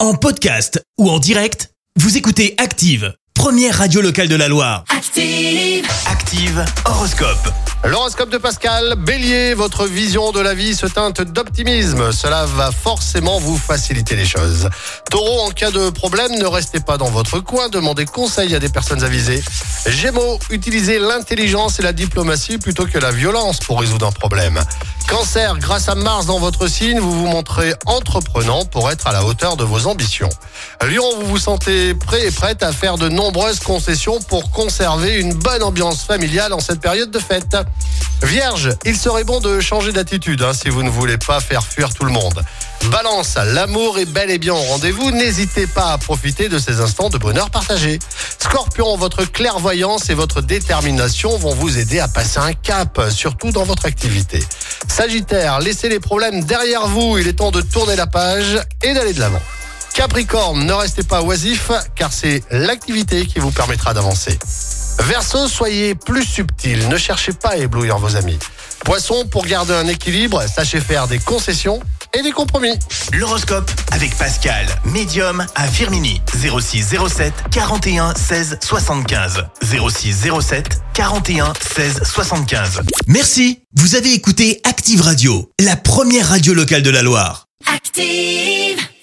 En podcast ou en direct, vous écoutez Active, première radio locale de la Loire. Active, Active horoscope. L'horoscope de Pascal, Bélier, votre vision de la vie se teinte d'optimisme. Cela va forcément vous faciliter les choses. Taureau, en cas de problème, ne restez pas dans votre coin, demandez conseil à des personnes avisées. Gémeaux, utilisez l'intelligence et la diplomatie plutôt que la violence pour résoudre un problème. Cancer, grâce à Mars dans votre signe, vous vous montrez entreprenant pour être à la hauteur de vos ambitions. Lion, vous vous sentez prêt et prête à faire de nombreuses concessions pour conserver une bonne ambiance familiale en cette période de fête. Vierge, il serait bon de changer d'attitude si vous ne voulez pas faire fuir tout le monde. Balance, l'amour est bel et bien au rendez-vous, n'hésitez pas à profiter de ces instants de bonheur partagé. Scorpion, votre clairvoyance et votre détermination vont vous aider à passer un cap, surtout dans votre activité. Sagittaire, laissez les problèmes derrière vous, il est temps de tourner la page et d'aller de l'avant. Capricorne, ne restez pas oisif, car c'est l'activité qui vous permettra d'avancer. Verseau, soyez plus subtil, ne cherchez pas à éblouir vos amis. Poisson, pour garder un équilibre, sachez faire des concessions et des compromis. L'horoscope avec Pascal, médium à Firminy. 06 07 41 16 75. 06 07 41 16 75. Merci, vous avez écouté Active Radio, la première radio locale de la Loire. active.